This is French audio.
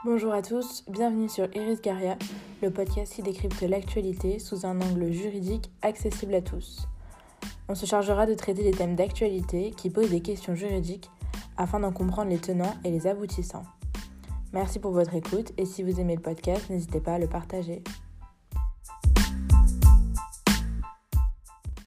Bonjour à tous, bienvenue sur Iris Garia, le podcast qui décrypte l'actualité sous un angle juridique accessible à tous. On se chargera de traiter des thèmes d'actualité qui posent des questions juridiques afin d'en comprendre les tenants et les aboutissants. Merci pour votre écoute et si vous aimez le podcast, n'hésitez pas à le partager.